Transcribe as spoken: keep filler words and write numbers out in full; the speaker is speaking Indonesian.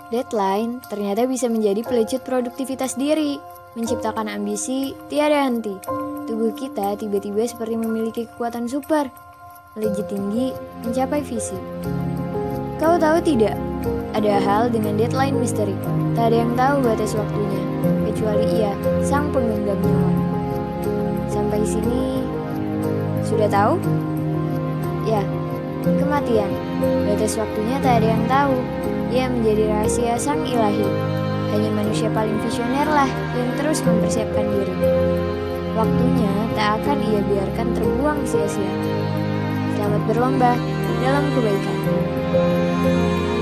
Deadline ternyata bisa menjadi pelecut produktivitas diri, menciptakan ambisi tiada henti. Tubuh kita tiba-tiba seperti memiliki kekuatan super, melejit tinggi, mencapai visi. Kau tahu tidak, ada hal dengan deadline misteri. Tak ada yang tahu batas waktunya, kecuali ia, sang penggenggam nyawa. Sampai sini, sudah tahu? Ya, kematian. Batas waktunya tak ada yang tahu. Ia menjadi rahasia sang ilahi. Hanya manusia paling visioner lah yang terus mempersiapkan diri. Waktunya tak akan ia biarkan terbuang sia-sia. Selamat berlomba dalam kebaikan.